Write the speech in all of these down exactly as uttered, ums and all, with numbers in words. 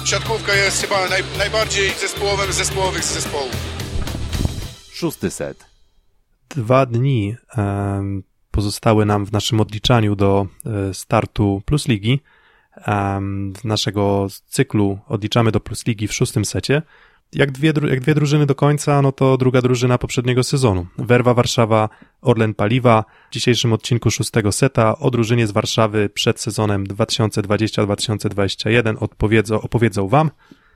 siatkówka jest chyba naj, najbardziej zespołowym z zespołowych z zespołów. Szósty set. Dwa dni um, pozostały nam w naszym odliczaniu do um, startu Plus Ligi. Um, w naszego cyklu odliczamy do Plus Ligi w szóstym secie. Jak dwie, jak dwie drużyny do końca, no to druga drużyna poprzedniego sezonu. Werwa Warszawa, Orlen Paliwa. W dzisiejszym odcinku szóstego seta o drużynie z Warszawy przed sezonem dwa tysiące dwudziestym dwa tysiące dwudziestym pierwszym odpowiedzą, opowiedzą wam.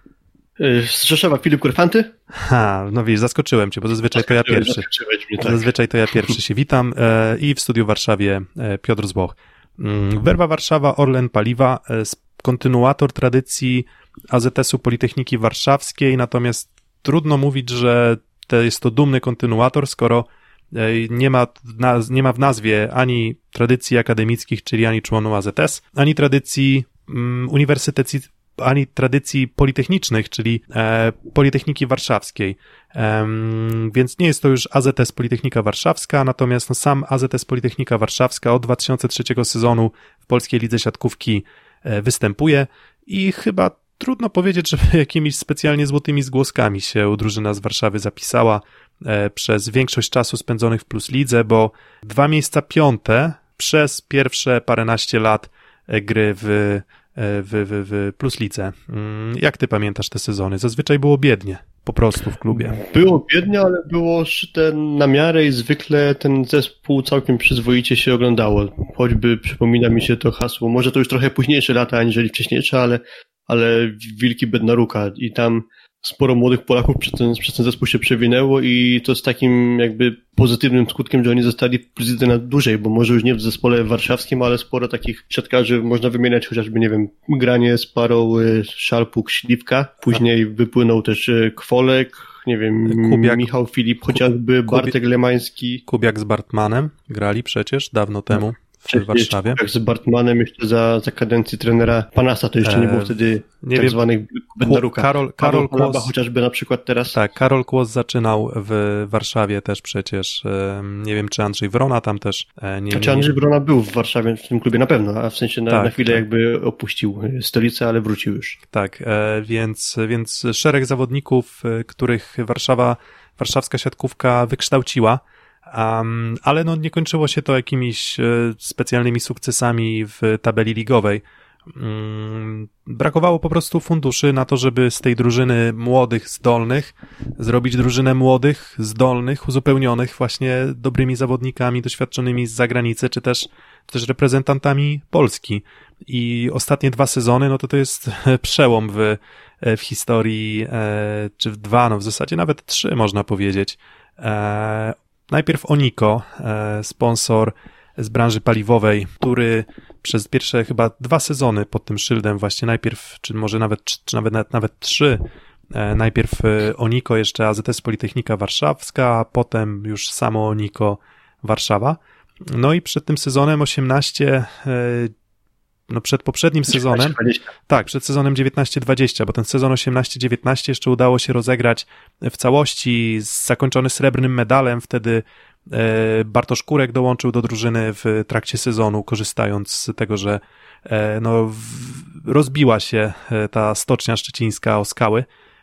Z Rzeszowa Filip Kurfanty? Ha, no wiesz, zaskoczyłem cię, bo zazwyczaj to ja pierwszy. Mnie, tak. Zazwyczaj to ja pierwszy się witam e, i w studiu w Warszawie e, Piotr Zboch. Mm, Werwa Warszawa, Orlen Paliwa, e, kontynuator tradycji A Z S-u Politechniki Warszawskiej, natomiast trudno mówić, że to jest to dumny kontynuator, skoro nie ma, nie ma w nazwie ani tradycji akademickich, czyli ani członu A Z S, ani tradycji um, uniwersytecji, ani tradycji politechnicznych, czyli e, Politechniki Warszawskiej. Um, więc nie jest to już A Z S Politechnika Warszawska, natomiast no, sam A Z S Politechnika Warszawska od dwa tysiące trzeciego sezonu w Polskiej Lidze Siatkówki e, występuje i chyba trudno powiedzieć, żeby jakimiś specjalnie złotymi zgłoskami się drużyna z Warszawy zapisała e, przez większość czasu spędzonych w Plus Lidze, bo dwa miejsca piąte przez pierwsze paręnaście lat e, gry w, e, w, w, w Plus Lidze. Mm, jak ty pamiętasz te sezony? Zazwyczaj było biednie, po prostu w klubie. Było biednie, ale było szyte na miarę i zwykle ten zespół całkiem przyzwoicie się oglądało. Choćby przypomina mi się to hasło, może to już trochę późniejsze lata aniżeli wcześniejsze, ale ale Wilki Bednaruka i tam sporo młodych Polaków przez ten, przez ten zespół się przewinęło i to z takim jakby pozytywnym skutkiem, że oni zostali w Plus Lidze na dłużej, bo może już nie w zespole warszawskim, ale sporo takich siatkarzy można wymieniać, chociażby, nie wiem, granie z parą Szalpuk, Śliwka, później wypłynął też Kwolek, nie wiem, Kubiak, Michał Filip, chociażby Kubi, Bartek Lemański. Kubiak z Bartmanem grali przecież dawno temu. W Warszawie. Jak z Bartmanem jeszcze za, za kadencji trenera Panasa, to jeszcze eee, nie było wtedy nie tak wiem, zwanych Bednaruka. Karol, Karol Kłos, chociażby na przykład teraz. Tak, Karol Kłos zaczynał w Warszawie też przecież. Nie wiem, czy Andrzej Wrona tam też. Nie, Znaczy Andrzej Wrona był w Warszawie, w tym klubie na pewno, a w sensie na, tak, na chwilę tak. jakby opuścił stolicę, ale wrócił już. Tak, więc, więc szereg zawodników, których Warszawa, warszawska siatkówka wykształciła. Um, ale no nie kończyło się to jakimiś e, specjalnymi sukcesami w tabeli ligowej. Um, brakowało po prostu funduszy na to, żeby z tej drużyny młodych, zdolnych zrobić drużynę młodych, zdolnych, uzupełnionych właśnie dobrymi zawodnikami doświadczonymi z zagranicy, czy też, czy też reprezentantami Polski. I ostatnie dwa sezony, no to to jest przełom w, w historii, e, czy w dwa, no w zasadzie nawet trzy można powiedzieć. E, Najpierw Oniko, sponsor z branży paliwowej, który przez pierwsze chyba dwa sezony pod tym szyldem właśnie najpierw, czy może nawet, czy nawet, nawet, nawet trzy, najpierw Oniko, jeszcze A Z S Politechnika Warszawska, a potem już samo Oniko Warszawa. No i przed tym sezonem osiemnaście, no przed poprzednim sezonem, tak, przed sezonem dziewiętnaście dwadzieścia, bo ten sezon osiemnaście dziewiętnaście jeszcze udało się rozegrać w całości, zakończony srebrnym medalem, wtedy Bartosz Kurek dołączył do drużyny w trakcie sezonu, korzystając z tego, że no, rozbiła się ta stocznia szczecińska o skały,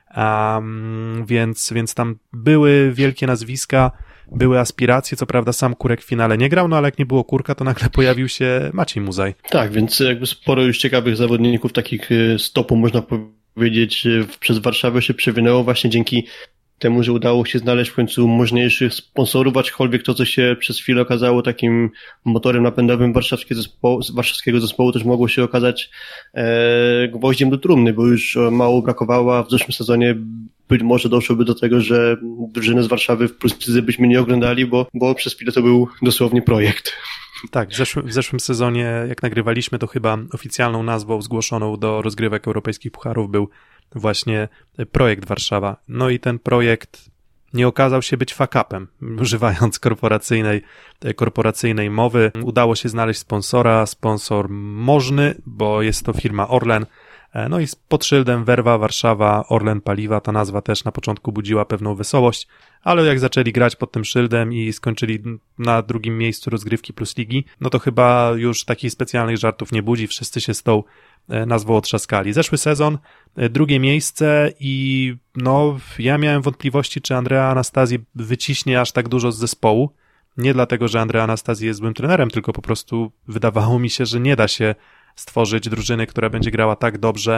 um, więc, więc tam były wielkie nazwiska, były aspiracje, co prawda sam Kurek w finale nie grał, no ale jak nie było Kurka, to nagle pojawił się Maciej Muzaj. Tak, więc jakby sporo już ciekawych zawodników, takich stopu można powiedzieć, przez Warszawę się przewinęło właśnie dzięki temu, że udało się znaleźć w końcu możniejszych sponsorów, aczkolwiek to, co się przez chwilę okazało takim motorem napędowym warszawskiego zespołu, warszawskiego zespołu też mogło się okazać e, gwoździem do trumny, bo już mało brakowało, a w zeszłym sezonie być może doszłoby do tego, że drużyny z Warszawy w Plus Lidze byśmy nie oglądali, bo, bo przez chwilę to był dosłownie projekt. Tak, w zeszłym, w zeszłym sezonie, jak nagrywaliśmy, to chyba oficjalną nazwą zgłoszoną do rozgrywek europejskich pucharów był właśnie projekt Warszawa. No i ten projekt nie okazał się być fuck-upem, używając korporacyjnej, korporacyjnej mowy. Udało się znaleźć sponsora, sponsor możny, bo jest to firma Orlen. No i pod szyldem Werwa, Warszawa, Orlen Paliwa, ta nazwa też na początku budziła pewną wesołość, ale jak zaczęli grać pod tym szyldem i skończyli na drugim miejscu rozgrywki Plus Ligi, no to chyba już takich specjalnych żartów nie budzi, wszyscy się z tą nas wyotrzaskali. Zeszły sezon, drugie miejsce i no, ja miałem wątpliwości, czy Andrea Anastasi wyciśnie aż tak dużo z zespołu. Nie dlatego, że Andrea Anastasi jest złym trenerem, tylko po prostu wydawało mi się, że nie da się stworzyć drużyny, która będzie grała tak dobrze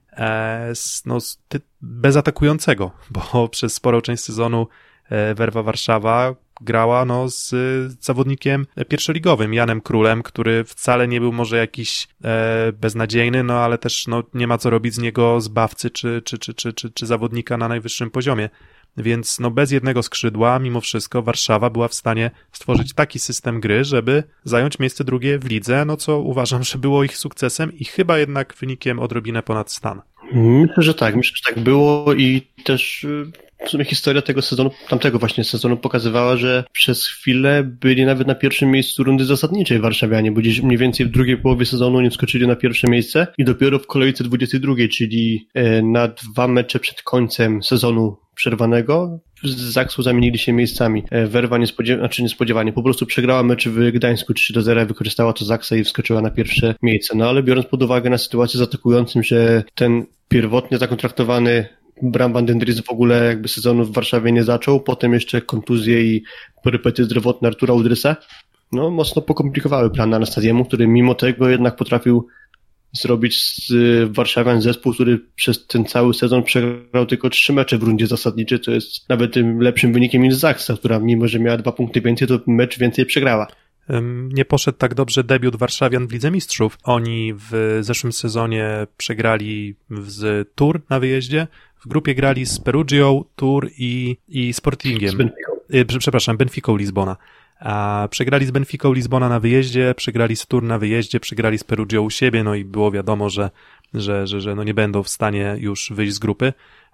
e, no, bez atakującego, bo przez sporą część sezonu e, Werwa Warszawa grała no, z zawodnikiem pierwszoligowym, Janem Królem, który wcale nie był może jakiś e, beznadziejny, no ale też no, nie ma co robić z niego zbawcy czy, czy, czy, czy, czy, czy zawodnika na najwyższym poziomie. Więc no, bez jednego skrzydła, mimo wszystko, Warszawa była w stanie stworzyć taki system gry, żeby zająć miejsce drugie w lidze, no co uważam, że było ich sukcesem i chyba jednak wynikiem odrobinę ponad stan. Myślę, że tak, myślę, że tak było i też w sumie historia tego sezonu, tamtego właśnie sezonu pokazywała, że przez chwilę byli nawet na pierwszym miejscu rundy zasadniczej warszawianie, bo gdzieś mniej więcej w drugiej połowie sezonu nie skoczyli na pierwsze miejsce i dopiero w kolejce dwudziestej drugiej, czyli na dwa mecze przed końcem sezonu przerwanego, z Zaksą zamienili się miejscami. Werwa niespodziewanie, znaczy niespodziewanie, po prostu przegrała mecz w Gdańsku trzy do zera, wykorzystała to Zaksa i wskoczyła na pierwsze miejsce. No ale biorąc pod uwagę na sytuację z atakującym, że ten pierwotnie zakontraktowany Bram van den Dries w ogóle jakby sezonu w Warszawie nie zaczął, potem jeszcze kontuzje i perypetie zdrowotne Artura Udrysa, no mocno pokomplikowały plan Anastasiemu, który mimo tego jednak potrafił zrobić z Warszawian zespół, który przez ten cały sezon przegrał tylko trzy mecze w rundzie zasadniczej, to jest nawet tym lepszym wynikiem niż Zaksa, która mimo, że miała dwa punkty więcej, to mecz więcej przegrała. Nie poszedł tak dobrze debiut Warszawian w Lidze Mistrzów. Oni w zeszłym sezonie przegrali z Tour na wyjeździe, w grupie grali z Perugią, Tour i, i Sportingiem. Z Benficą. Przepraszam, Benficą Lizbona. A przegrali z Benficą Lizbona na wyjeździe, przegrali z Tour na wyjeździe, przegrali z Perugią u siebie, no i było wiadomo, że, że, że, że no nie będą w stanie już wyjść z grupy.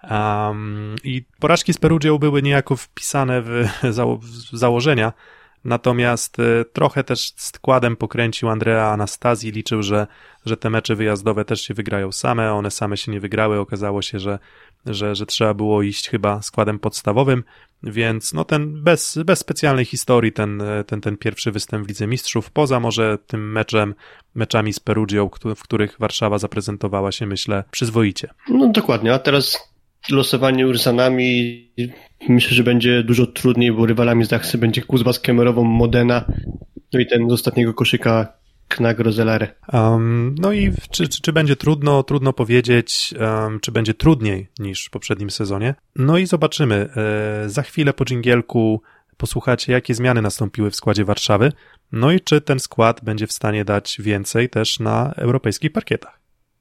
Um, I porażki z Perugią były niejako wpisane w, zało- w założenia, natomiast y, trochę też składem pokręcił Andrea Anastasi, liczył, że, że te mecze wyjazdowe też się wygrają same, one same się nie wygrały, okazało się, że, że, że trzeba było iść chyba składem podstawowym, więc no ten bez, bez specjalnej historii ten, ten, ten pierwszy występ w Lidze Mistrzów, poza może tym meczem, meczami z Perugią, w których Warszawa zaprezentowała się, myślę, przyzwoicie. No dokładnie, a teraz losowanie Ursanami myślę, że będzie dużo trudniej, bo rywalami z Dachsy będzie Kuzma z Kemerową, Modena, no i ten z ostatniego koszyka Knak Rozelare. Um, no i czy, czy, czy będzie trudno, trudno powiedzieć, um, czy będzie trudniej niż w poprzednim sezonie. No i zobaczymy. E, za chwilę po dżingielku posłuchacie, jakie zmiany nastąpiły w składzie Warszawy, no i czy ten skład będzie w stanie dać więcej też na europejskich parkietach.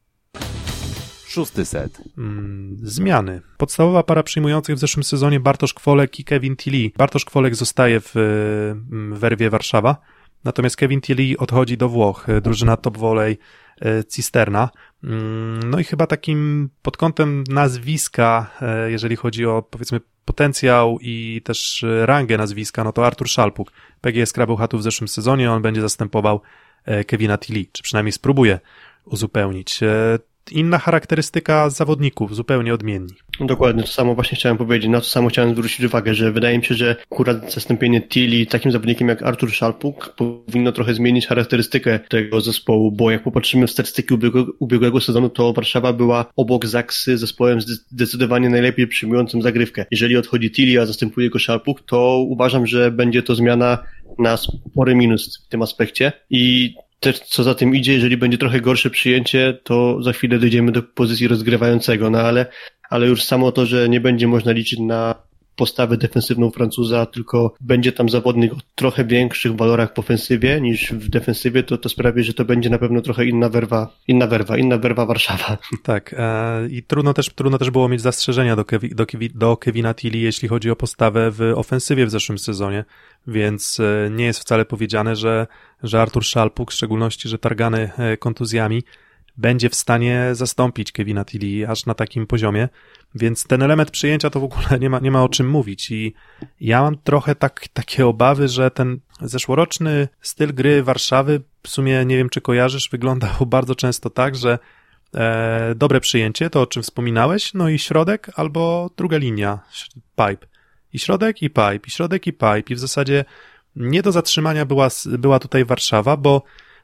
Szósty set. Mm, zmiany. Podstawowa para przyjmujących w zeszłym sezonie Bartosz Kwolek i Kevin Tilly. Bartosz Kwolek zostaje w, w Werwie Warszawa, natomiast Kevin Tilly odchodzi do Włoch, drużyna Top Volley Cisterna. No i chyba takim pod kątem nazwiska, jeżeli chodzi o powiedzmy potencjał i też rangę nazwiska, no to Artur Szalpuk. P G S Krabełchatów w zeszłym sezonie, on będzie zastępował Kevina Tilly, czy przynajmniej spróbuje uzupełnić. Inna charakterystyka zawodników, zupełnie odmienni. Dokładnie, to samo właśnie chciałem powiedzieć, na to samo chciałem zwrócić uwagę, że wydaje mi się, że akurat zastąpienie Tilly takim zawodnikiem jak Artur Szalpuk powinno trochę zmienić charakterystykę tego zespołu, bo jak popatrzymy w statystyki ubiegłego, ubiegłego sezonu, to Warszawa była obok Zaksy zespołem zdecydowanie najlepiej przyjmującym zagrywkę. Jeżeli odchodzi Tilly, a zastępuje go Szalpuk, to uważam, że będzie to zmiana na spory minus w tym aspekcie i też co za tym idzie, jeżeli będzie trochę gorsze przyjęcie, to za chwilę dojdziemy do pozycji rozgrywającego, no ale, ale już samo to, że nie będzie można liczyć na postawę defensywną Francuza, tylko będzie tam zawodnik o trochę większych walorach w ofensywie niż w defensywie, to to sprawi, że to będzie na pewno trochę inna werwa, inna werwa, inna werwa Warszawa. Tak, e, i trudno też, trudno też było mieć zastrzeżenia do, Kevi, do, Kevi, do Kevina Tilly, jeśli chodzi o postawę w ofensywie w zeszłym sezonie, więc e, nie jest wcale powiedziane, że, że Artur Szalpuk, w szczególności, że targany e, kontuzjami, będzie w stanie zastąpić Kevina Tilly aż na takim poziomie, więc ten element przyjęcia to w ogóle nie ma, nie ma o czym mówić i ja mam trochę tak, takie obawy, że ten zeszłoroczny styl gry Warszawy, w sumie nie wiem czy kojarzysz, wyglądał bardzo często tak, że e, dobre przyjęcie, to o czym wspominałeś, no i środek albo druga linia, pipe. I środek i pipe, i środek i pipe i w zasadzie nie do zatrzymania była, była tutaj Warszawa, bo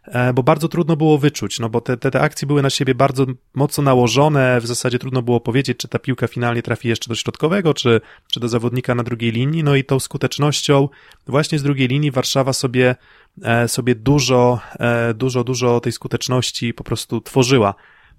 bo bardzo trudno było wyczuć, no bo te, te, te akcje były na siebie bardzo mocno nałożone, w zasadzie trudno było powiedzieć, czy ta piłka finalnie trafi jeszcze do środkowego, czy, czy do zawodnika na drugiej linii, no i tą skutecznością właśnie z drugiej linii Warszawa sobie, sobie dużo, dużo, dużo tej skuteczności po prostu tworzyła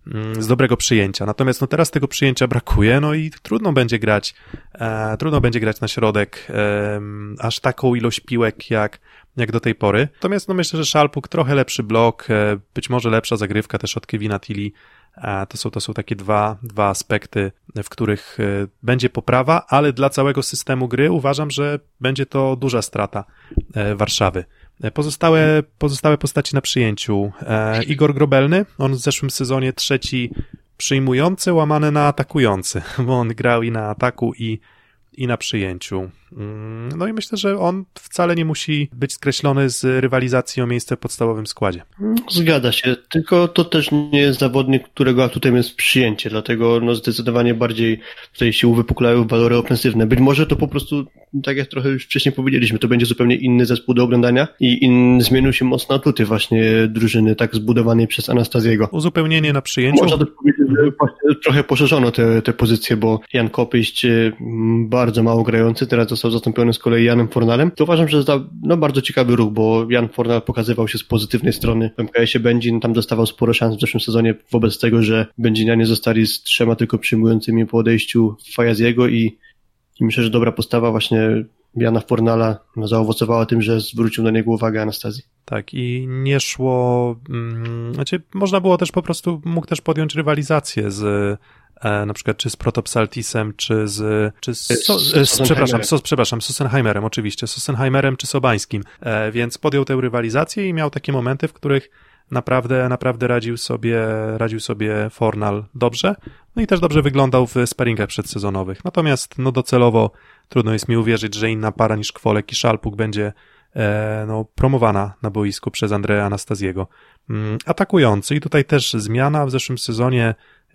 z dobrego przyjęcia. Natomiast no teraz tego przyjęcia brakuje, no i trudno będzie grać, e, trudno będzie grać na środek e, aż taką ilość piłek jak, jak do tej pory. Natomiast no myślę, że Szalpuk trochę lepszy blok, e, być może lepsza zagrywka też od Kevina Tilly. E, to są, to są takie dwa, dwa aspekty, w których e, będzie poprawa, ale dla całego systemu gry uważam, że będzie to duża strata e, Warszawy. Pozostałe, pozostałe postaci na przyjęciu. E, Igor Grobelny, on w zeszłym sezonie trzeci przyjmujący, łamany na atakujący, bo on grał i na ataku, i, i na przyjęciu. No i myślę, że on wcale nie musi być skreślony z rywalizacji o miejsce w podstawowym składzie. Zgadza się, tylko to też nie jest zawodnik, którego atutem jest przyjęcie, dlatego no zdecydowanie bardziej tutaj się uwypuklają walory ofensywne. Być może to po prostu, tak jak trochę już wcześniej powiedzieliśmy, to będzie zupełnie inny zespół do oglądania i in, zmienił się mocno atuty właśnie drużyny tak zbudowanej przez Anastaziego. Uzupełnienie na przyjęciu. Można też powiedzieć, że właśnie trochę poszerzono te, te pozycje, bo Jan Kopyść bardzo mało grający, teraz został zastąpiony z kolei Janem Fornalem. To uważam, że za, no, bardzo ciekawy ruch, bo Jan Fornal pokazywał się z pozytywnej strony w M K S-ie Będzin, tam dostawał sporo szans w zeszłym sezonie wobec tego, że Będzinianie zostali z trzema tylko przyjmującymi po odejściu Fajaziego i, i myślę, że dobra postawa właśnie Jana Fornala zaowocowała tym, że zwrócił na niego uwagę Anastazji. Tak, i nie szło, mm, znaczy można było też po prostu, mógł też podjąć rywalizację z e, na przykład czy z Protopsaltisem, czy z, czy z, so, z, z przepraszam, so, przepraszam, z Sossenheimerem oczywiście, z Sossenheimerem czy Sobańskim, e, więc podjął tę rywalizację i miał takie momenty, w których naprawdę, naprawdę radził sobie, radził sobie Fornal dobrze, no i też dobrze wyglądał w sparingach przedsezonowych. Natomiast no docelowo trudno jest mi uwierzyć, że inna para niż Kwolek i Szalpuk będzie e, no, promowana na boisku przez Andrea Anastaziego. Mm, atakujący i tutaj też zmiana w zeszłym sezonie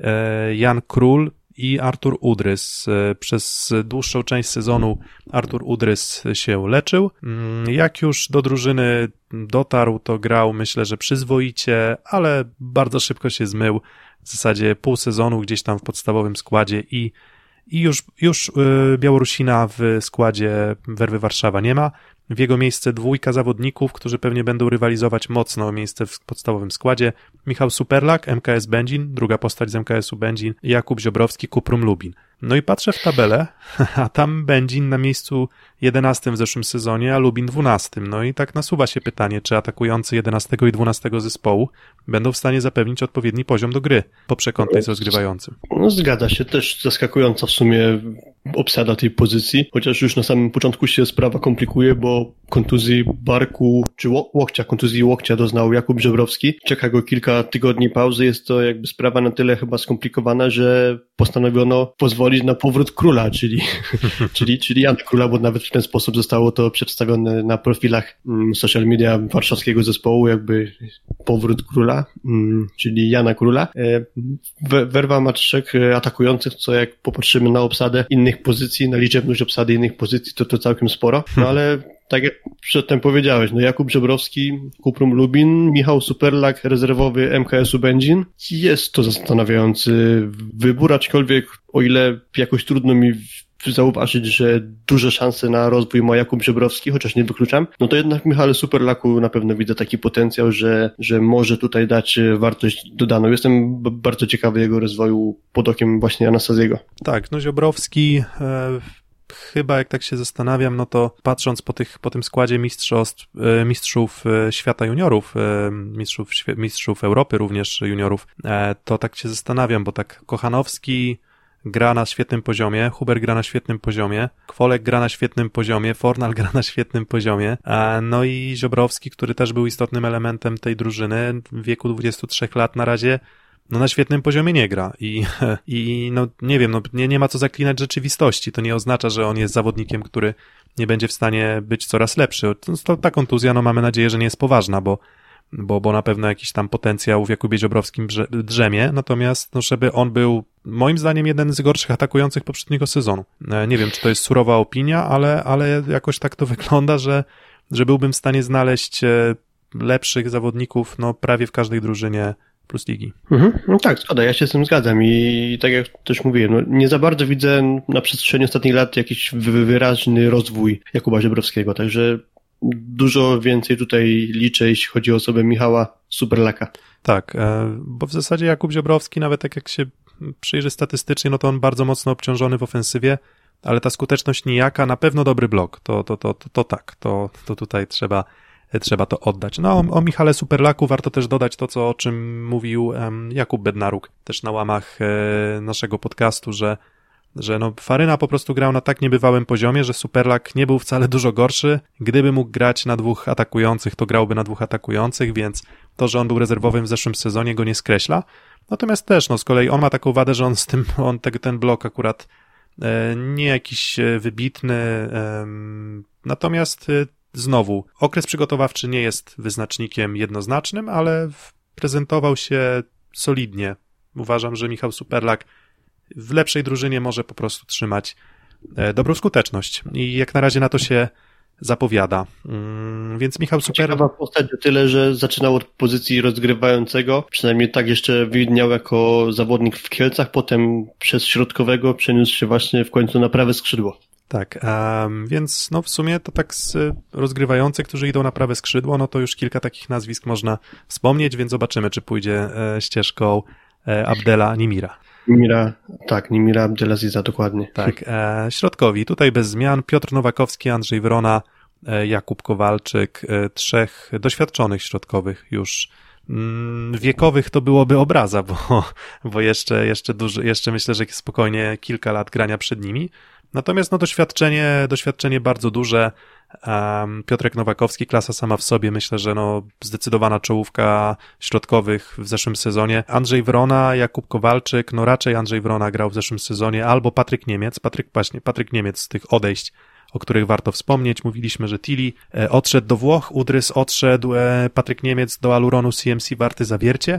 e, Jan Król i Artur Udrys. E, przez dłuższą część sezonu Artur Udrys się leczył. Mm, jak już do drużyny dotarł, to grał myślę, że przyzwoicie, ale bardzo szybko się zmył. W zasadzie pół sezonu gdzieś tam w podstawowym składzie i I już, już y, Białorusina w składzie Werwy Warszawa nie ma. W jego miejsce dwójka zawodników, którzy pewnie będą rywalizować mocno o miejsce w podstawowym składzie. Michał Superlak, M K S Będzin, druga postać z M K S-u Będzin, Jakub Ziobrowski, Kuprum Lubin. No i patrzę w tabelę, a tam Będzin na miejscu jedenastym w zeszłym sezonie, a Lubin dwunastym. No i tak nasuwa się pytanie, czy atakujący jedenastego i dwunastego zespołu będą w stanie zapewnić odpowiedni poziom do gry po przekątnej z rozgrywającym. No zgadza się, też zaskakująca w sumie obsada tej pozycji, chociaż już na samym początku się sprawa komplikuje, bo kontuzji barku czy łokcia, kontuzji łokcia doznał Jakub Żebrowski. Czeka go kilka tygodni pauzy, jest to jakby sprawa na tyle chyba skomplikowana, że postanowiono pozwolić na powrót króla, czyli, czyli, czyli Jana Króla, bo nawet w ten sposób zostało to przedstawione na profilach mm, social media warszawskiego zespołu, jakby powrót króla, mm, czyli Jana Króla. E, Werwa ma trzech atakujących, co jak popatrzymy na obsadę innych pozycji, na liczebność obsady innych pozycji, to to całkiem sporo, no ale tak jak przedtem powiedziałeś, no Jakub Żebrowski, Kuprum Lubin, Michał Superlak, rezerwowy M K S-u Będzin. Jest to zastanawiający wybór, aczkolwiek o ile jakoś trudno mi zauważyć, że duże szanse na rozwój ma Jakub Żebrowski, chociaż nie wykluczam, no to jednak w Michale Superlaku na pewno widzę taki potencjał, że, że może tutaj dać wartość dodaną. Jestem b- bardzo ciekawy jego rozwoju pod okiem właśnie Anastaziego. Tak, no Ziobrowski e, chyba jak tak się zastanawiam, no to patrząc po, tych, po tym składzie mistrzostw, e, mistrzów e, świata juniorów, e, mistrzów, mistrzów Europy również juniorów, e, to tak się zastanawiam, bo tak Kochanowski gra na świetnym poziomie, Huber gra na świetnym poziomie, Kwolek gra na świetnym poziomie, Fornal gra na świetnym poziomie, no i Ziobrowski, który też był istotnym elementem tej drużyny w wieku dwudziestu trzech lat na razie, no na świetnym poziomie nie gra i, i no nie wiem, no nie, nie ma co zaklinać rzeczywistości, to nie oznacza, że on jest zawodnikiem, który nie będzie w stanie być coraz lepszy. To, ta kontuzja, no mamy nadzieję, że nie jest poważna, bo Bo, bo na pewno jakiś tam potencjał w Jakubie Ziobrowskim drzemie, natomiast no, żeby on był moim zdaniem jeden z gorszych atakujących poprzedniego sezonu. Nie wiem, czy to jest surowa opinia, ale, ale jakoś tak to wygląda, że, że byłbym w stanie znaleźć lepszych zawodników no prawie w każdej drużynie plus ligi. Mhm. No tak, zgoda, ja się z tym zgadzam i tak jak też mówiłem, no nie za bardzo widzę na przestrzeni ostatnich lat jakiś wyraźny rozwój Jakuba Żebrowskiego, także dużo więcej tutaj liczę, jeśli chodzi o osobę Michała Superlaka. Tak, bo w zasadzie Jakub Żebrowski, nawet tak jak się przyjrzy statystycznie, no to on bardzo mocno obciążony w ofensywie, ale ta skuteczność nijaka, na pewno dobry blok, to, to, to, to, to tak, to, to tutaj trzeba, trzeba to oddać. No o, o Michale Superlaku warto też dodać to, co, o czym mówił um, Jakub Bednaruk, też na łamach e, naszego podcastu, że że no Faryna po prostu grał na tak niebywałym poziomie, że Superlak nie był wcale dużo gorszy. Gdyby mógł grać na dwóch atakujących, to grałby na dwóch atakujących, więc to, że on był rezerwowym w zeszłym sezonie, go nie skreśla. Natomiast też, no z kolei on ma taką wadę, że on z tym, on te, ten blok akurat e, nie jakiś wybitny, e, natomiast e, znowu, okres przygotowawczy nie jest wyznacznikiem jednoznacznym, ale prezentował się solidnie. Uważam, że Michał Superlak w lepszej drużynie może po prostu trzymać e, dobrą skuteczność i jak na razie na to się zapowiada. Mm, więc Michał Super... Ciekawa postać o tyle, że zaczynał od pozycji rozgrywającego, przynajmniej tak jeszcze widniał jako zawodnik w Kielcach, potem przez środkowego przeniósł się właśnie w końcu na prawe skrzydło. Tak, um, więc no w sumie to tak z rozgrywających, którzy idą na prawe skrzydło, no to już kilka takich nazwisk można wspomnieć, więc zobaczymy, czy pójdzie e, ścieżką e, Abdela Nimira. Nimira, tak, Nimira Abdelaziza, dokładnie. Tak, e, środkowi, tutaj bez zmian, Piotr Nowakowski, Andrzej Wrona, e, Jakub Kowalczyk, e, trzech doświadczonych środkowych już. Mm, wiekowych to byłoby obraza, bo, bo jeszcze, jeszcze duży, jeszcze myślę, że spokojnie kilka lat grania przed nimi. Natomiast no doświadczenie, doświadczenie bardzo duże. Um, Piotrek Nowakowski, klasa sama w sobie, myślę, że no zdecydowana czołówka środkowych w zeszłym sezonie. Andrzej Wrona, Jakub Kowalczyk, no raczej Andrzej Wrona grał w zeszłym sezonie, albo Patryk Niemiec, Patryk, właśnie, Patryk Niemiec z tych odejść, o których warto wspomnieć. Mówiliśmy, że Tilly e, odszedł do Włoch, Udrys odszedł, e, Patryk Niemiec do Aluronu C M C Warty Zawiercie.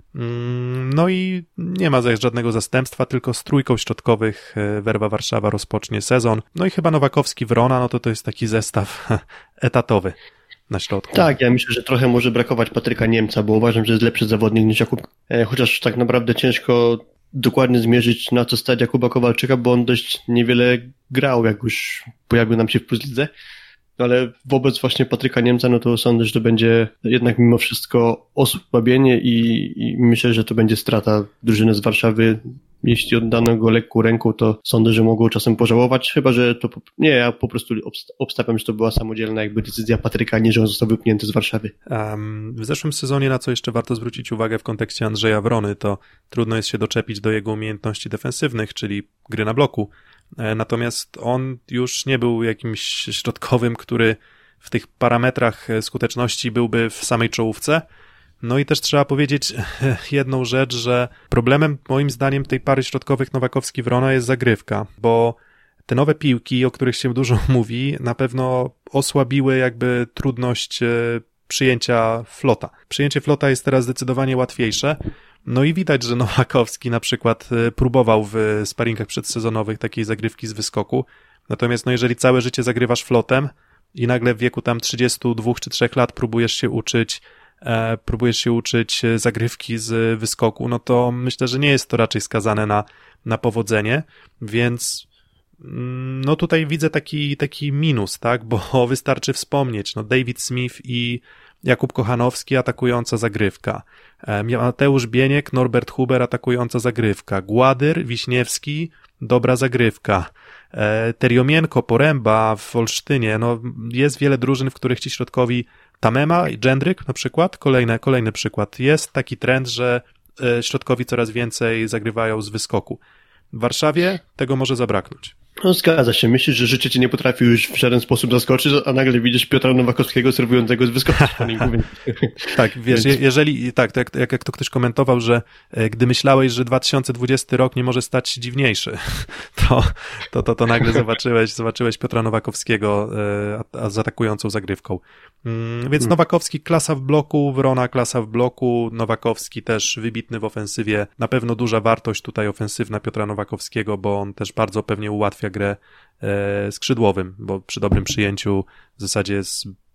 No i nie ma żadnego zastępstwa, tylko z trójką środkowych Werwa Warszawa rozpocznie sezon. No i chyba Nowakowski, Wrona, no to to jest taki zestaw etatowy na środku. Tak, ja myślę, że trochę może brakować Patryka Niemca, bo uważam, że jest lepszy zawodnik niż Jakub. Chociaż tak naprawdę ciężko dokładnie zmierzyć, na co stać Jakuba Kowalczyka, bo on dość niewiele grał, jak już pojawił nam się w Plus Lidze. Ale wobec właśnie Patryka Niemca, no to sądzę, że to będzie jednak mimo wszystko osłabienie i, i myślę, że to będzie strata drużyny z Warszawy. Jeśli oddano go lekką ręką, to sądzę, że mogą czasem pożałować, chyba że to... Nie, ja po prostu obstawiam, że to była samodzielna jakby decyzja Patryka, nie że on został wypchnięty z Warszawy. Um, w zeszłym sezonie, na co jeszcze warto zwrócić uwagę w kontekście Andrzeja Wrony, to trudno jest się doczepić do jego umiejętności defensywnych, czyli gry na bloku. Natomiast on już nie był jakimś środkowym, który w tych parametrach skuteczności byłby w samej czołówce. No i też trzeba powiedzieć jedną rzecz, że problemem moim zdaniem tej pary środkowych Nowakowski-Wrona jest zagrywka, bo te nowe piłki, o których się dużo mówi, na pewno osłabiły jakby trudność przyjęcia flota. Przyjęcie flota jest teraz zdecydowanie łatwiejsze. No i widać, że Nowakowski na przykład próbował w sparingach przedsezonowych takiej zagrywki z wyskoku. Natomiast no jeżeli całe życie zagrywasz flotem i nagle w wieku tam trzydziestu dwóch czy trzech lat próbujesz się uczyć, e, próbujesz się uczyć zagrywki z wyskoku, no to myślę, że nie jest to raczej skazane na, na powodzenie, więc no tutaj widzę taki, taki minus, tak, bo wystarczy wspomnieć, no David Smith i Jakub Kochanowski, atakująca zagrywka. Mateusz Bieniek, Norbert Huber, atakująca zagrywka. Gładyr, Wiśniewski, dobra zagrywka. Teriomienko, Poręba w Olsztynie. No, jest wiele drużyn, w których ci środkowi Tamema i Dżendryk na przykład. Kolejny, kolejny przykład. Jest taki trend, że środkowi coraz więcej zagrywają z wyskoku. W Warszawie tego może zabraknąć. No zgadza się. Myślisz, że życie cię nie potrafi już w żaden sposób zaskoczyć, a nagle widzisz Piotra Nowakowskiego serwującego z wyskoku. Tak, wiesz, je, jeżeli, tak, tak jak, jak to ktoś komentował, że e, gdy myślałeś, że dwa tysiące dwudziesty rok nie może stać się dziwniejszy, to, to, to, to nagle zobaczyłeś, zobaczyłeś Piotra Nowakowskiego e, a, a z atakującą zagrywką. Mm, więc hmm. Nowakowski klasa w bloku, Wrona klasa w bloku, Nowakowski też wybitny w ofensywie. Na pewno duża wartość tutaj ofensywna Piotra Nowakowskiego, bo on też bardzo pewnie ułatwia grę e, skrzydłowym, bo przy dobrym przyjęciu w zasadzie jest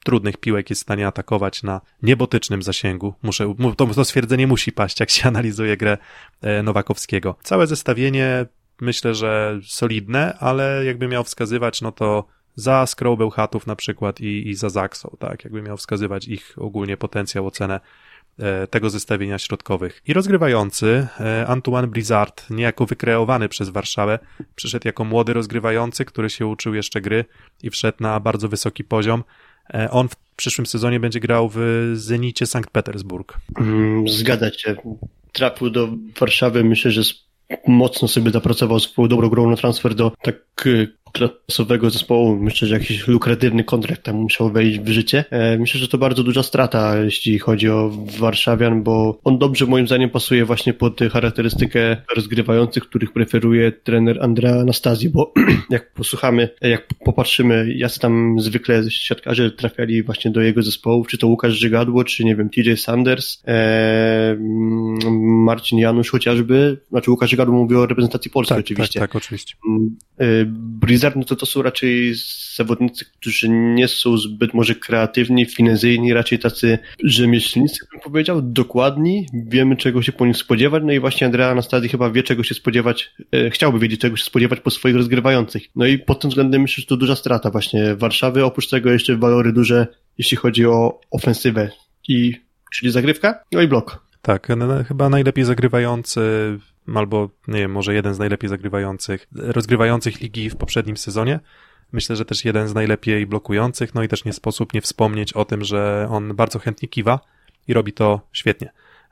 trudnych piłek jest w stanie atakować na niebotycznym zasięgu. Muszę, to, to stwierdzenie musi paść, jak się analizuje grę Nowakowskiego. Całe zestawienie myślę, że solidne, ale jakby miał wskazywać, no to za Skrą Bełchatów na przykład i, i za Zaksą, tak, jakby miał wskazywać ich ogólnie potencjał, ocenę e, tego zestawienia środkowych. I rozgrywający, e, Antoine Brizard, niejako wykreowany przez Warszawę, przyszedł jako młody rozgrywający, który się uczył jeszcze gry i wszedł na bardzo wysoki poziom. E, on w przyszłym sezonie będzie grał w Zenicie Sankt Petersburg. Mm, zgadza się. Trafił do Warszawy, myślę, że mocno sobie zapracował swoją dobrą grą na transfer do tak klasowego zespołu. Myślę, że jakiś lukratywny kontrakt tam musiał wejść w życie. Myślę, że to bardzo duża strata, jeśli chodzi o warszawian, bo on dobrze moim zdaniem pasuje właśnie pod charakterystykę rozgrywających, których preferuje trener Andrea Anastazji, bo jak posłuchamy, jak popatrzymy, jacy tam zwykle siatkarze trafiali właśnie do jego zespołów, czy to Łukasz Żygadło, czy nie wiem, T J Sanders, e, Marcin Janusz chociażby, znaczy Łukasz Żygadło mówi o reprezentacji polskiej tak, oczywiście. Tak, tak, oczywiście. Brizard, no to to są raczej zawodnicy, którzy nie są zbyt może kreatywni, finezyjni, raczej tacy rzemieślnicy, bym powiedział, dokładni, wiemy czego się po nich spodziewać, no i właśnie Andrea Anastazji chyba wie czego się spodziewać, e, chciałby wiedzieć czego się spodziewać po swoich rozgrywających. No i pod tym względem myślę, że to duża strata właśnie Warszawy, oprócz tego jeszcze walory duże, jeśli chodzi o ofensywę, i czyli zagrywka, no i blok. Tak, no, chyba najlepiej zagrywający, albo nie wiem, może jeden z najlepiej zagrywających, rozgrywających ligi w poprzednim sezonie. Myślę, że też jeden z najlepiej blokujących, no i też nie sposób nie wspomnieć o tym, że on bardzo chętnie kiwa i robi to świetnie,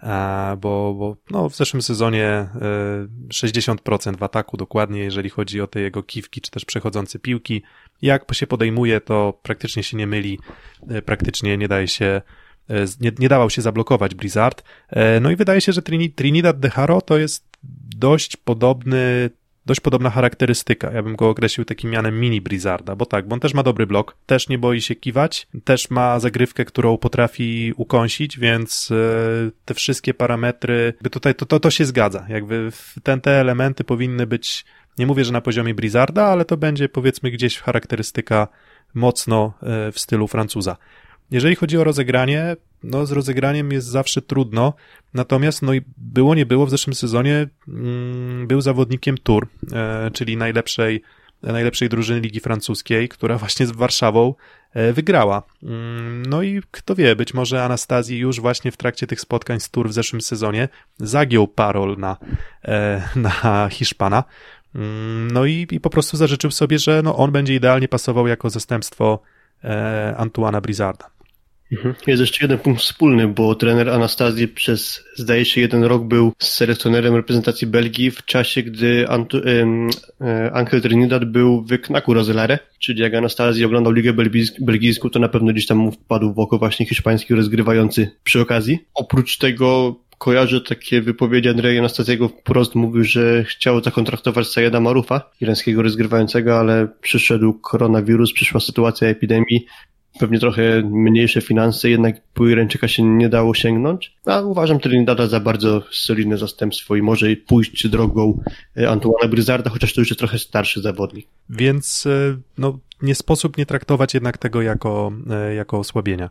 bo, bo no, w zeszłym sezonie sześćdziesiąt procent w ataku dokładnie, jeżeli chodzi o te jego kiwki, czy też przechodzące piłki. Jak się podejmuje, to praktycznie się nie myli, praktycznie nie daje się Nie, nie dawał się zablokować Brizard. No i wydaje się, że Trinidad de Haro to jest dość podobny, dość podobna charakterystyka. Ja bym go określił takim mianem mini Brizarda, bo tak, bo on też ma dobry blok, też nie boi się kiwać, też ma zagrywkę, którą potrafi ukąsić, więc te wszystkie parametry, tutaj to, to, to się zgadza. Jakby ten, te elementy powinny być, nie mówię, że na poziomie Brizarda, ale to będzie powiedzmy gdzieś charakterystyka mocno w stylu Francuza. Jeżeli chodzi o rozegranie, no z rozegraniem jest zawsze trudno, natomiast no i było nie było w zeszłym sezonie mm, był zawodnikiem Tour, e, czyli najlepszej, najlepszej drużyny Ligi Francuskiej, która właśnie z Warszawą e, wygrała. Mm, no i kto wie, być może Anastazji już właśnie w trakcie tych spotkań z Tour w zeszłym sezonie zagiął parol na, e, na Hiszpana. Mm, no i, i po prostu zażyczył sobie, że no on będzie idealnie pasował jako zastępstwo e, Antoana Brizarda. Jest jeszcze jeden punkt wspólny, bo trener Anastazji przez, zdaje się, jeden rok był selekcjonerem reprezentacji Belgii w czasie, gdy Antu, e, Angel Trinidad był w Knaku Roselare, czyli jak Anastazji oglądał Ligę Belgijską, to na pewno gdzieś tam mu wpadł w oko właśnie hiszpański rozgrywający przy okazji. Oprócz tego kojarzę takie wypowiedzi Andrzeja Anastaziego wprost, mówił, że chciał zakontraktować Sayeda Marufa, irańskiego rozgrywającego, ale przyszedł koronawirus, przyszła sytuacja epidemii, pewnie trochę mniejsze finanse, jednak po Irańczyka się nie dało sięgnąć. A uważam Trinidada za bardzo solidne zastępstwo i może pójść drogą Antoana Brizarda, chociaż to już jest trochę starszy zawodnik. Więc no, nie sposób nie traktować jednak tego jako, jako osłabienia.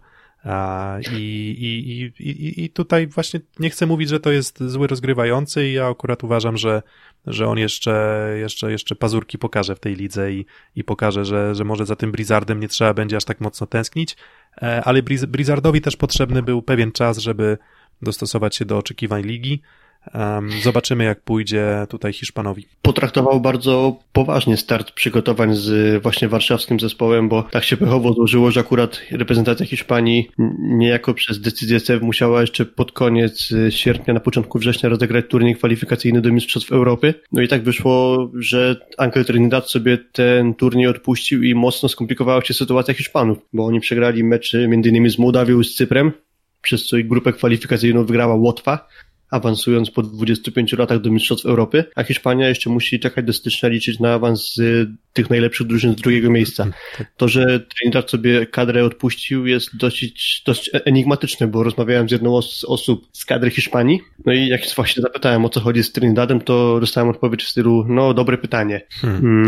I, i, i, I tutaj właśnie nie chcę mówić, że to jest zły rozgrywający i ja akurat uważam, że, że on jeszcze, jeszcze, jeszcze pazurki pokaże w tej lidze i, i pokaże, że, że może za tym Brizardem nie trzeba będzie aż tak mocno tęsknić, ale Briz, Brizardowi też potrzebny był pewien czas, żeby dostosować się do oczekiwań ligi. Um, zobaczymy, jak pójdzie tutaj Hiszpanowi. Potraktował bardzo poważnie start przygotowań z właśnie warszawskim zespołem, bo tak się pechowo złożyło, że akurat reprezentacja Hiszpanii niejako przez decyzję C E F musiała jeszcze pod koniec sierpnia, na początku września rozegrać turniej kwalifikacyjny do Mistrzostw Europy. No i tak wyszło, że Angel Trinidad sobie ten turniej odpuścił i mocno skomplikowała się sytuacja Hiszpanów, bo oni przegrali mecze między innymi z Mołdawią i z Cyprem, przez co ich grupę kwalifikacyjną wygrała Łotwa, awansując po dwudziestu pięciu latach do Mistrzostw Europy, a Hiszpania jeszcze musi czekać do stycznia, liczyć na awans z tych najlepszych drużyn z drugiego miejsca. To, że Trinidad sobie kadrę odpuścił, jest dosyć, dosyć enigmatyczne, bo rozmawiałem z jedną z osób z kadry Hiszpanii, no i jak właśnie zapytałem, o co chodzi z Trinidadem, to dostałem odpowiedź w stylu, no dobre pytanie. Hmm.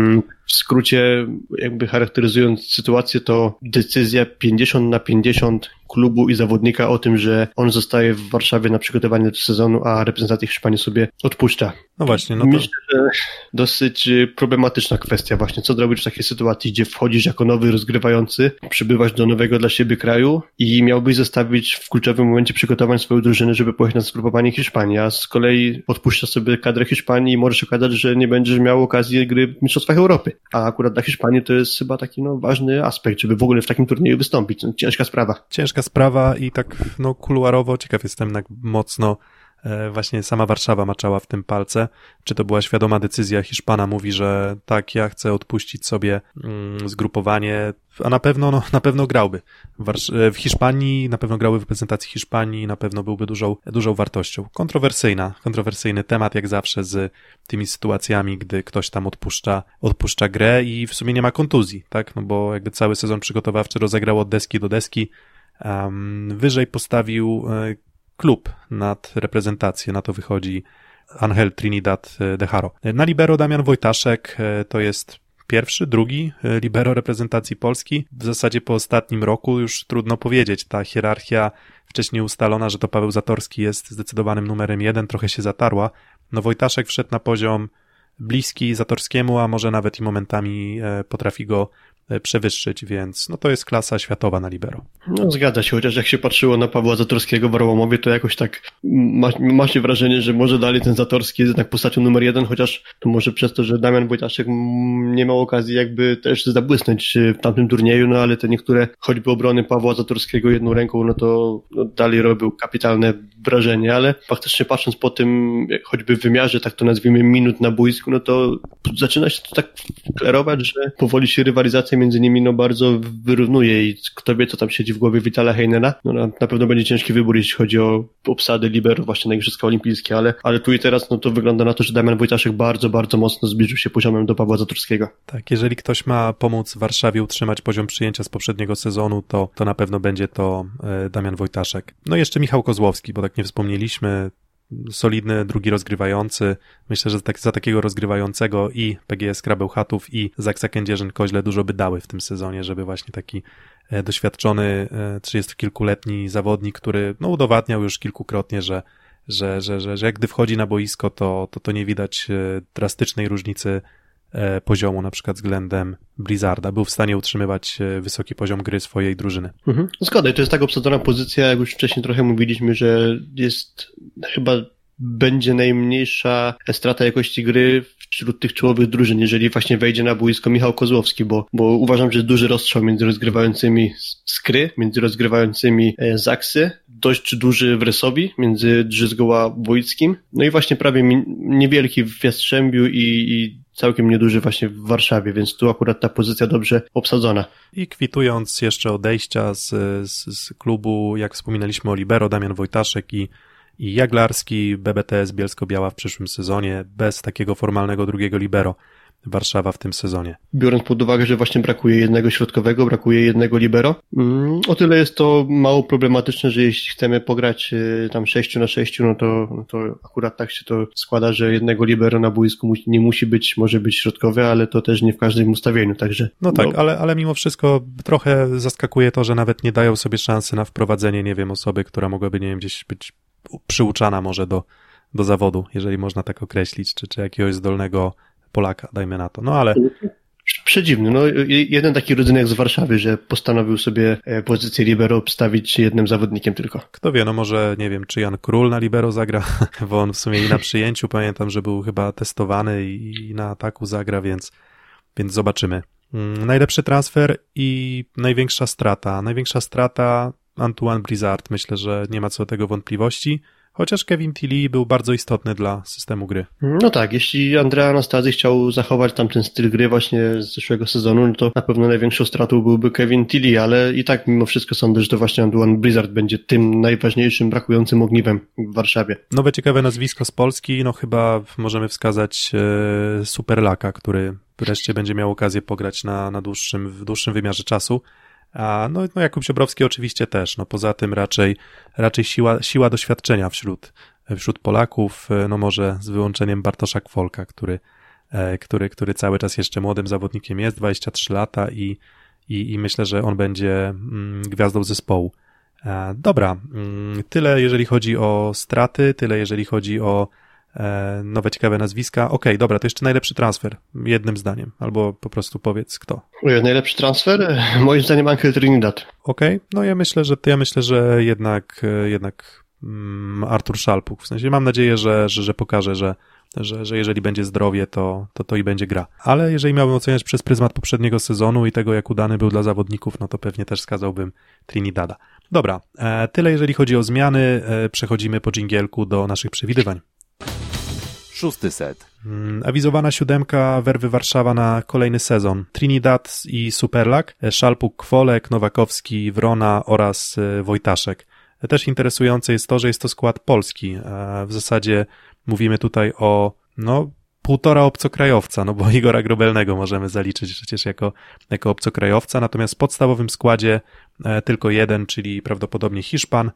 w skrócie jakby charakteryzując sytuację, to decyzja pięćdziesiąt na pięćdziesiąt klubu i zawodnika o tym, że on zostaje w Warszawie na przygotowanie do sezonu, a reprezentacja Hiszpanii sobie odpuszcza. No właśnie, no to... Myślę, że dosyć problematyczna kwestia właśnie, co zrobić w takiej sytuacji, gdzie wchodzisz jako nowy rozgrywający, przybywasz do nowego dla siebie kraju i miałbyś zostawić w kluczowym momencie przygotowań swoją drużynę, żeby pojechać na zgrupowanie Hiszpanii, a z kolei odpuszczasz sobie kadrę Hiszpanii i możesz okazać, że nie będziesz miał okazji gry w Mistrzostwach Europy. A akurat dla Hiszpanii to jest chyba taki no, ważny aspekt, żeby w ogóle w takim turnieju wystąpić. No, ciężka sprawa. Ciężka sprawa i tak no kuluarowo ciekaw jestem, jak mocno e, właśnie sama Warszawa maczała w tym palce. Czy to była świadoma decyzja Hiszpana? Mówi, że tak, ja chcę odpuścić sobie mm, zgrupowanie, a na pewno, no, na pewno grałby. W, Warsz- w Hiszpanii, na pewno grałby w reprezentacji Hiszpanii, na pewno byłby dużą, dużą wartością. Kontrowersyjna, kontrowersyjny temat, jak zawsze z tymi sytuacjami, gdy ktoś tam odpuszcza, odpuszcza grę i w sumie nie ma kontuzji, tak? No bo jakby cały sezon przygotowawczy rozegrał od deski do deski. Um, wyżej postawił e, klub nad reprezentację, na to wychodzi Angel Trinidad de Haro. Na libero Damian Wojtaszek, e, to jest pierwszy, drugi e, libero reprezentacji Polski. W zasadzie po ostatnim roku już trudno powiedzieć, ta hierarchia wcześniej ustalona, że to Paweł Zatorski jest zdecydowanym numerem jeden, trochę się zatarła. No Wojtaszek wszedł na poziom bliski Zatorskiemu, a może nawet i momentami e, potrafi go przewyższyć, więc no to jest klasa światowa na libero. No zgadza się, chociaż jak się patrzyło na Pawła Zatorskiego w Arłamowie, to jakoś tak ma, ma się wrażenie, że może dalej ten Zatorski jest jednak postacią numer jeden, chociaż to może przez to, że Damian Wojtaszek nie miał okazji jakby też zabłysnąć w tamtym turnieju, no ale te niektóre choćby obrony Pawła Zatorskiego jedną ręką, no to no, dalej robił kapitalne wrażenie, ale faktycznie patrząc po tym choćby wymiarze, tak to nazwijmy, minut na boisku, no to zaczyna się to tak klarować, że powoli się rywalizacja między nimi no bardzo wyrównuje i kto wie, co tam siedzi w głowie Vitala Heinena, no na, na pewno będzie ciężki wybór, jeśli chodzi o obsadę libero właśnie na Igrzyska Olimpijskie, ale, ale tu i teraz no to wygląda na to, że Damian Wojtaszek bardzo, bardzo mocno zbliżył się poziomem do Pawła Zatorskiego. Tak, jeżeli ktoś ma pomóc Warszawie utrzymać poziom przyjęcia z poprzedniego sezonu, to, to na pewno będzie to e, Damian Wojtaszek. No i jeszcze Michał Kozłowski, bo tak nie wspomnieliśmy, solidny drugi rozgrywający. Myślę, że tak, za takiego rozgrywającego i P G S Krabełchatów i Zaksa Kędzierzyn-Koźle dużo by dały w tym sezonie, żeby właśnie taki e, doświadczony e, trzydziestokilkuletni zawodnik, który no, udowadniał już kilkukrotnie, że, że, że, że, że jak gdy wchodzi na boisko, to, to, to nie widać e, drastycznej różnicy e, poziomu, na przykład względem Blizzarda. Był w stanie utrzymywać e, wysoki poziom gry swojej drużyny. Mhm. Zgoda, i to jest tak obsadzona pozycja, jak już wcześniej trochę mówiliśmy, że jest chyba będzie najmniejsza strata jakości gry wśród tych czołowych drużyn, jeżeli właśnie wejdzie na boisko Michał Kozłowski, bo, bo uważam, że jest duży rozstrzał między rozgrywającymi Skry, między rozgrywającymi Zaksy, dość duży w Rysowi, między Drzyzgą a Wojckim, no i właśnie prawie mi, niewielki w Jastrzębiu i, i całkiem nieduży właśnie w Warszawie, więc tu akurat ta pozycja dobrze obsadzona. I kwitując jeszcze odejścia z, z, z klubu, jak wspominaliśmy o libero, Damian Wojtaszek i i Jaglarski, B B T S Bielsko-Biała w przyszłym sezonie, bez takiego formalnego drugiego libero. Warszawa w tym sezonie. Biorąc pod uwagę, że właśnie brakuje jednego środkowego, brakuje jednego libero, mm, o tyle jest to mało problematyczne, że jeśli chcemy pograć y, tam sześciu na sześciu, no to, no to akurat tak się to składa, że jednego libero na boisku mu, nie musi być, może być środkowy, ale to też nie w każdym ustawieniu, także... No tak, no. Ale, ale mimo wszystko trochę zaskakuje to, że nawet nie dają sobie szansy na wprowadzenie, nie wiem, osoby, która mogłaby, nie wiem, gdzieś być przyuczana może do, do zawodu, jeżeli można tak określić, czy, czy jakiegoś zdolnego Polaka, dajmy na to, no ale... Przedziwny, no jeden taki rodzynek z Warszawy, że postanowił sobie pozycję libero obstawić jednym zawodnikiem tylko. Kto wie, no może, nie wiem, czy Jan Król na libero zagra, bo on w sumie i na przyjęciu, pamiętam, że był chyba testowany i na ataku zagra, więc, więc zobaczymy. Najlepszy transfer i największa strata. Największa strata Antoine Blizzard, myślę, że nie ma co do tego wątpliwości, chociaż Kevin Tilly był bardzo istotny dla systemu gry. No tak, jeśli Andrea Anastazji chciał zachować tamten styl gry właśnie z zeszłego sezonu, no to na pewno największą stratą byłby Kevin Tilly, ale i tak mimo wszystko sądzę, że to właśnie Antoine Blizzard będzie tym najważniejszym brakującym ogniwem w Warszawie. Nowe ciekawe nazwisko z Polski, no chyba możemy wskazać e, Superlaka, który wreszcie będzie miał okazję pograć na, na dłuższym, w dłuższym wymiarze czasu. A no, no Jakub Ziobrowski oczywiście też, no poza tym raczej, raczej siła, siła doświadczenia wśród, wśród Polaków, no może z wyłączeniem Bartosza Kwolka, który który, który cały czas jeszcze młodym zawodnikiem jest, dwadzieścia trzy lata i, i, i myślę, że on będzie gwiazdą zespołu. Dobra, tyle jeżeli chodzi o straty, tyle jeżeli chodzi o nowe ciekawe nazwiska. Okej, okay, dobra, to jeszcze najlepszy transfer, jednym zdaniem, albo po prostu powiedz kto. Najlepszy transfer? Moim zdaniem Angel Trinidad. Okej, okay, no ja myślę, że ja myślę, że jednak, jednak mm, Artur Szalpuk, w sensie mam nadzieję, że, że, że pokaże, że, że, że jeżeli będzie zdrowie, to, to, to i będzie gra. Ale jeżeli miałbym oceniać przez pryzmat poprzedniego sezonu i tego, jak udany był dla zawodników, no to pewnie też wskazałbym Trinidada. Dobra, e, tyle jeżeli chodzi o zmiany, e, przechodzimy po dżingielku do naszych przewidywań. Szósty set. Awizowana siódemka Werwy Warszawa na kolejny sezon. Trinidad i Superlak, Szalpuk, Kwolek, Nowakowski, Wrona oraz Wojtaszek. Też interesujące jest to, że jest to skład polski. W zasadzie mówimy tutaj o no półtora obcokrajowca, no bo Igora Grobelnego możemy zaliczyć przecież jako, jako obcokrajowca, natomiast w podstawowym składzie tylko jeden, czyli prawdopodobnie Hiszpan,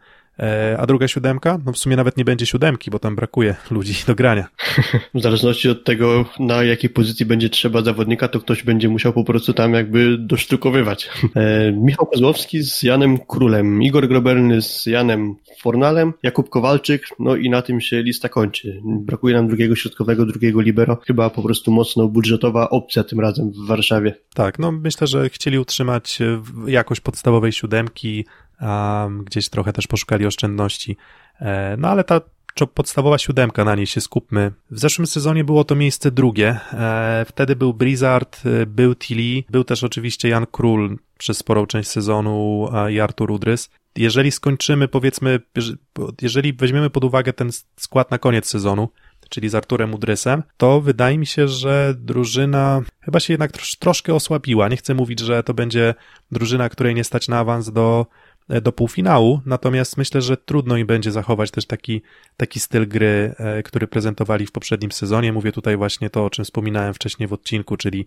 a druga siódemka, no w sumie nawet nie będzie siódemki, bo tam brakuje ludzi do grania. W zależności od tego, na jakiej pozycji będzie trzeba zawodnika, to ktoś będzie musiał po prostu tam jakby dosztukowywać. E, Michał Kozłowski z Janem Królem, Igor Grobelny z Janem Fornalem, Jakub Kowalczyk, no i na tym się lista kończy. Brakuje nam drugiego środkowego, drugiego libero, chyba po prostu mocno budżetowa opcja tym razem w Warszawie. Tak, no myślę, że chcieli utrzymać jakość podstawowej siódemki, a gdzieś trochę też poszukali oszczędności. No ale ta podstawowa siódemka, na niej się skupmy. W zeszłym sezonie było to miejsce drugie. Wtedy był Blizzard, był Tilly, był też oczywiście Jan Król przez sporą część sezonu i Artur Udrys. Jeżeli skończymy, powiedzmy, jeżeli weźmiemy pod uwagę ten skład na koniec sezonu, czyli z Arturem Udrysem, to wydaje mi się, że drużyna chyba się jednak trosz, troszkę osłabiła. Nie chcę mówić, że to będzie drużyna, której nie stać na awans do do półfinału, natomiast myślę, że trudno im będzie zachować też taki, taki styl gry, który prezentowali w poprzednim sezonie. Mówię tutaj właśnie to, o czym wspominałem wcześniej w odcinku, czyli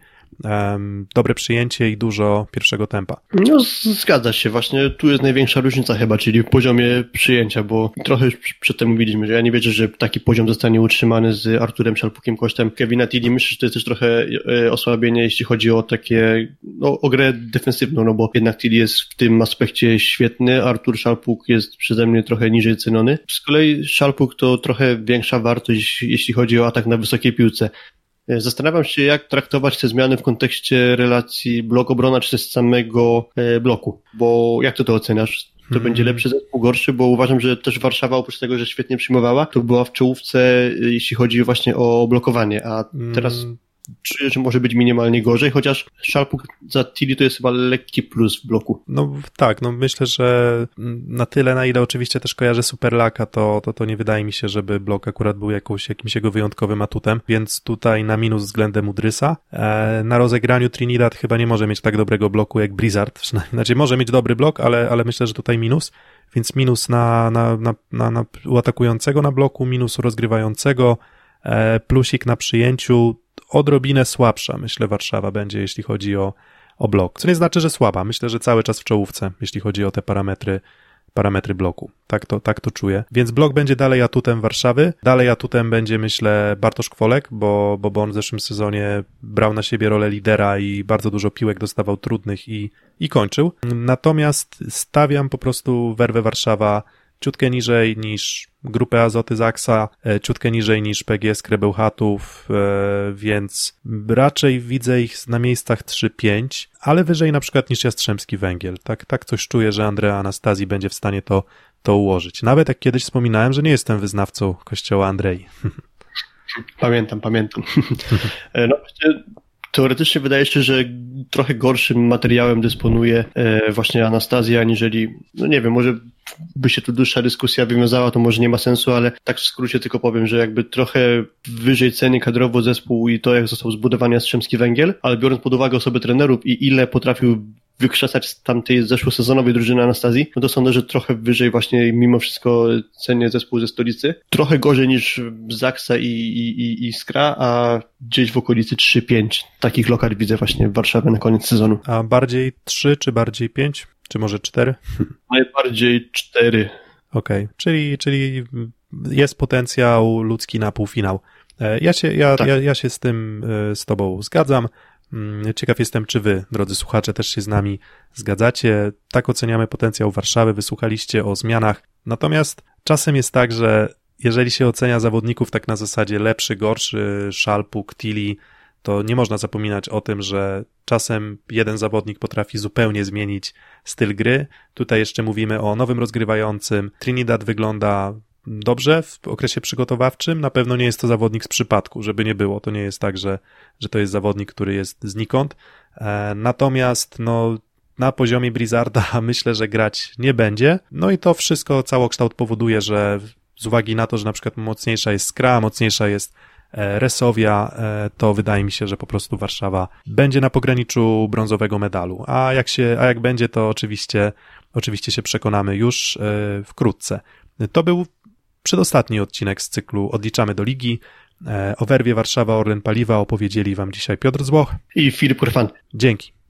um, dobre przyjęcie i dużo pierwszego tempa. No zgadza się, właśnie tu jest największa różnica chyba, czyli w poziomie przyjęcia, bo trochę już przedtem mówiliśmy, że ja nie wierzę, że taki poziom zostanie utrzymany z Arturem Szalpukiem kosztem Kevina Tilly. Myślę, że to jest też trochę osłabienie, jeśli chodzi o takie, no o grę defensywną, no bo jednak Tilly jest w tym aspekcie świetny. Artur Szalpuk jest przeze mnie trochę niżej ceniony. Z kolei Szalpuk to trochę większa wartość, jeśli chodzi o atak na wysokiej piłce. Zastanawiam się, jak traktować te zmiany w kontekście relacji blok-obrona czy z samego bloku, bo jak ty to oceniasz? To hmm. będzie lepszy zespół, gorszy, bo uważam, że też Warszawa oprócz tego, że świetnie przyjmowała, to była w czołówce, jeśli chodzi właśnie o blokowanie, a teraz hmm. czuję, że może być minimalnie gorzej, chociaż Szalpuk za Tilly to jest chyba lekki plus w bloku. No tak, no myślę, że na tyle, na ile oczywiście też kojarzę Superlaka, to, to, to nie wydaje mi się, żeby blok akurat był jakąś, jakimś jego wyjątkowym atutem, więc tutaj na minus względem Udrysa. E, na rozegraniu Trinidad chyba nie może mieć tak dobrego bloku jak Blizzard, przynajmniej, znaczy może mieć dobry blok, ale, ale myślę, że tutaj minus, więc minus na, na, na, na, na u atakującego na bloku, minus u rozgrywającego, e, plusik na przyjęciu, odrobinę słabsza, myślę, Warszawa będzie, jeśli chodzi o, o blok. Co nie znaczy, że słaba. Myślę, że cały czas w czołówce, jeśli chodzi o te parametry, parametry bloku. Tak to, tak to czuję. Więc blok będzie dalej atutem Warszawy. Dalej atutem będzie, myślę, Bartosz Kwolek, bo, bo, bo on w zeszłym sezonie brał na siebie rolę lidera i bardzo dużo piłek dostawał trudnych i, i kończył. Natomiast stawiam po prostu Werwę Warszawa ciutkę niżej niż grupę Azoty Zaksa, ciutkę niżej niż P G S Krebełchatów, więc raczej widzę ich na miejscach trzy pięć, ale wyżej na przykład niż Jastrzębski Węgiel. Tak, tak coś czuję, że Andrea Anastazji będzie w stanie to, to ułożyć. Nawet jak kiedyś wspominałem, że nie jestem wyznawcą kościoła Andrei. Pamiętam, pamiętam. No właśnie, teoretycznie wydaje się, że trochę gorszym materiałem dysponuje właśnie Anastazja, aniżeli, no nie wiem, może by się tu dłuższa dyskusja wywiązała, to może nie ma sensu, ale tak w skrócie tylko powiem, że jakby trochę wyżej ceni kadrowo zespół i to, jak został zbudowany Jastrzębski Węgiel, ale biorąc pod uwagę osoby trenerów i ile potrafił wykrzesać z tamtej zeszłosezonowej drużyny Anastazji, no to sądzę, że trochę wyżej właśnie mimo wszystko cenię zespół ze stolicy. Trochę gorzej niż Zaksa i, i, i, i Skra, a gdzieś w okolicy trzy pięć takich lokal widzę właśnie w Warszawie na koniec sezonu. A bardziej trzy czy bardziej pięć? Czy może cztery? Najbardziej cztery. Okej, okay. czyli, czyli jest potencjał ludzki na półfinał Ja się, ja, Tak. ja, ja się z tym, z tobą zgadzam. Ciekaw jestem, czy wy, drodzy słuchacze, też się z nami zgadzacie. Tak oceniamy potencjał Warszawy, wysłuchaliście o zmianach. Natomiast czasem jest tak, że jeżeli się ocenia zawodników tak na zasadzie lepszy, gorszy, Szalpuk, Tili, to nie można zapominać o tym, że czasem jeden zawodnik potrafi zupełnie zmienić styl gry. Tutaj jeszcze mówimy o nowym rozgrywającym. Trinidad wygląda dobrze w okresie przygotowawczym. Na pewno nie jest to zawodnik z przypadku, żeby nie było. To nie jest tak, że, że to jest zawodnik, który jest znikąd. E, natomiast no, na poziomie Blizzarda myślę, że grać nie będzie. No i to wszystko, całokształt powoduje, że z uwagi na to, że na przykład mocniejsza jest Skra, mocniejsza jest Resowia, to wydaje mi się, że po prostu Warszawa będzie na pograniczu brązowego medalu. A jak się, a jak będzie, to oczywiście, oczywiście się przekonamy już wkrótce. To był przedostatni odcinek z cyklu Odliczamy do Ligi. O werwie Warszawa Orlen Paliwa opowiedzieli wam dzisiaj Piotr Złoch i Filip Korfan. Dzięki.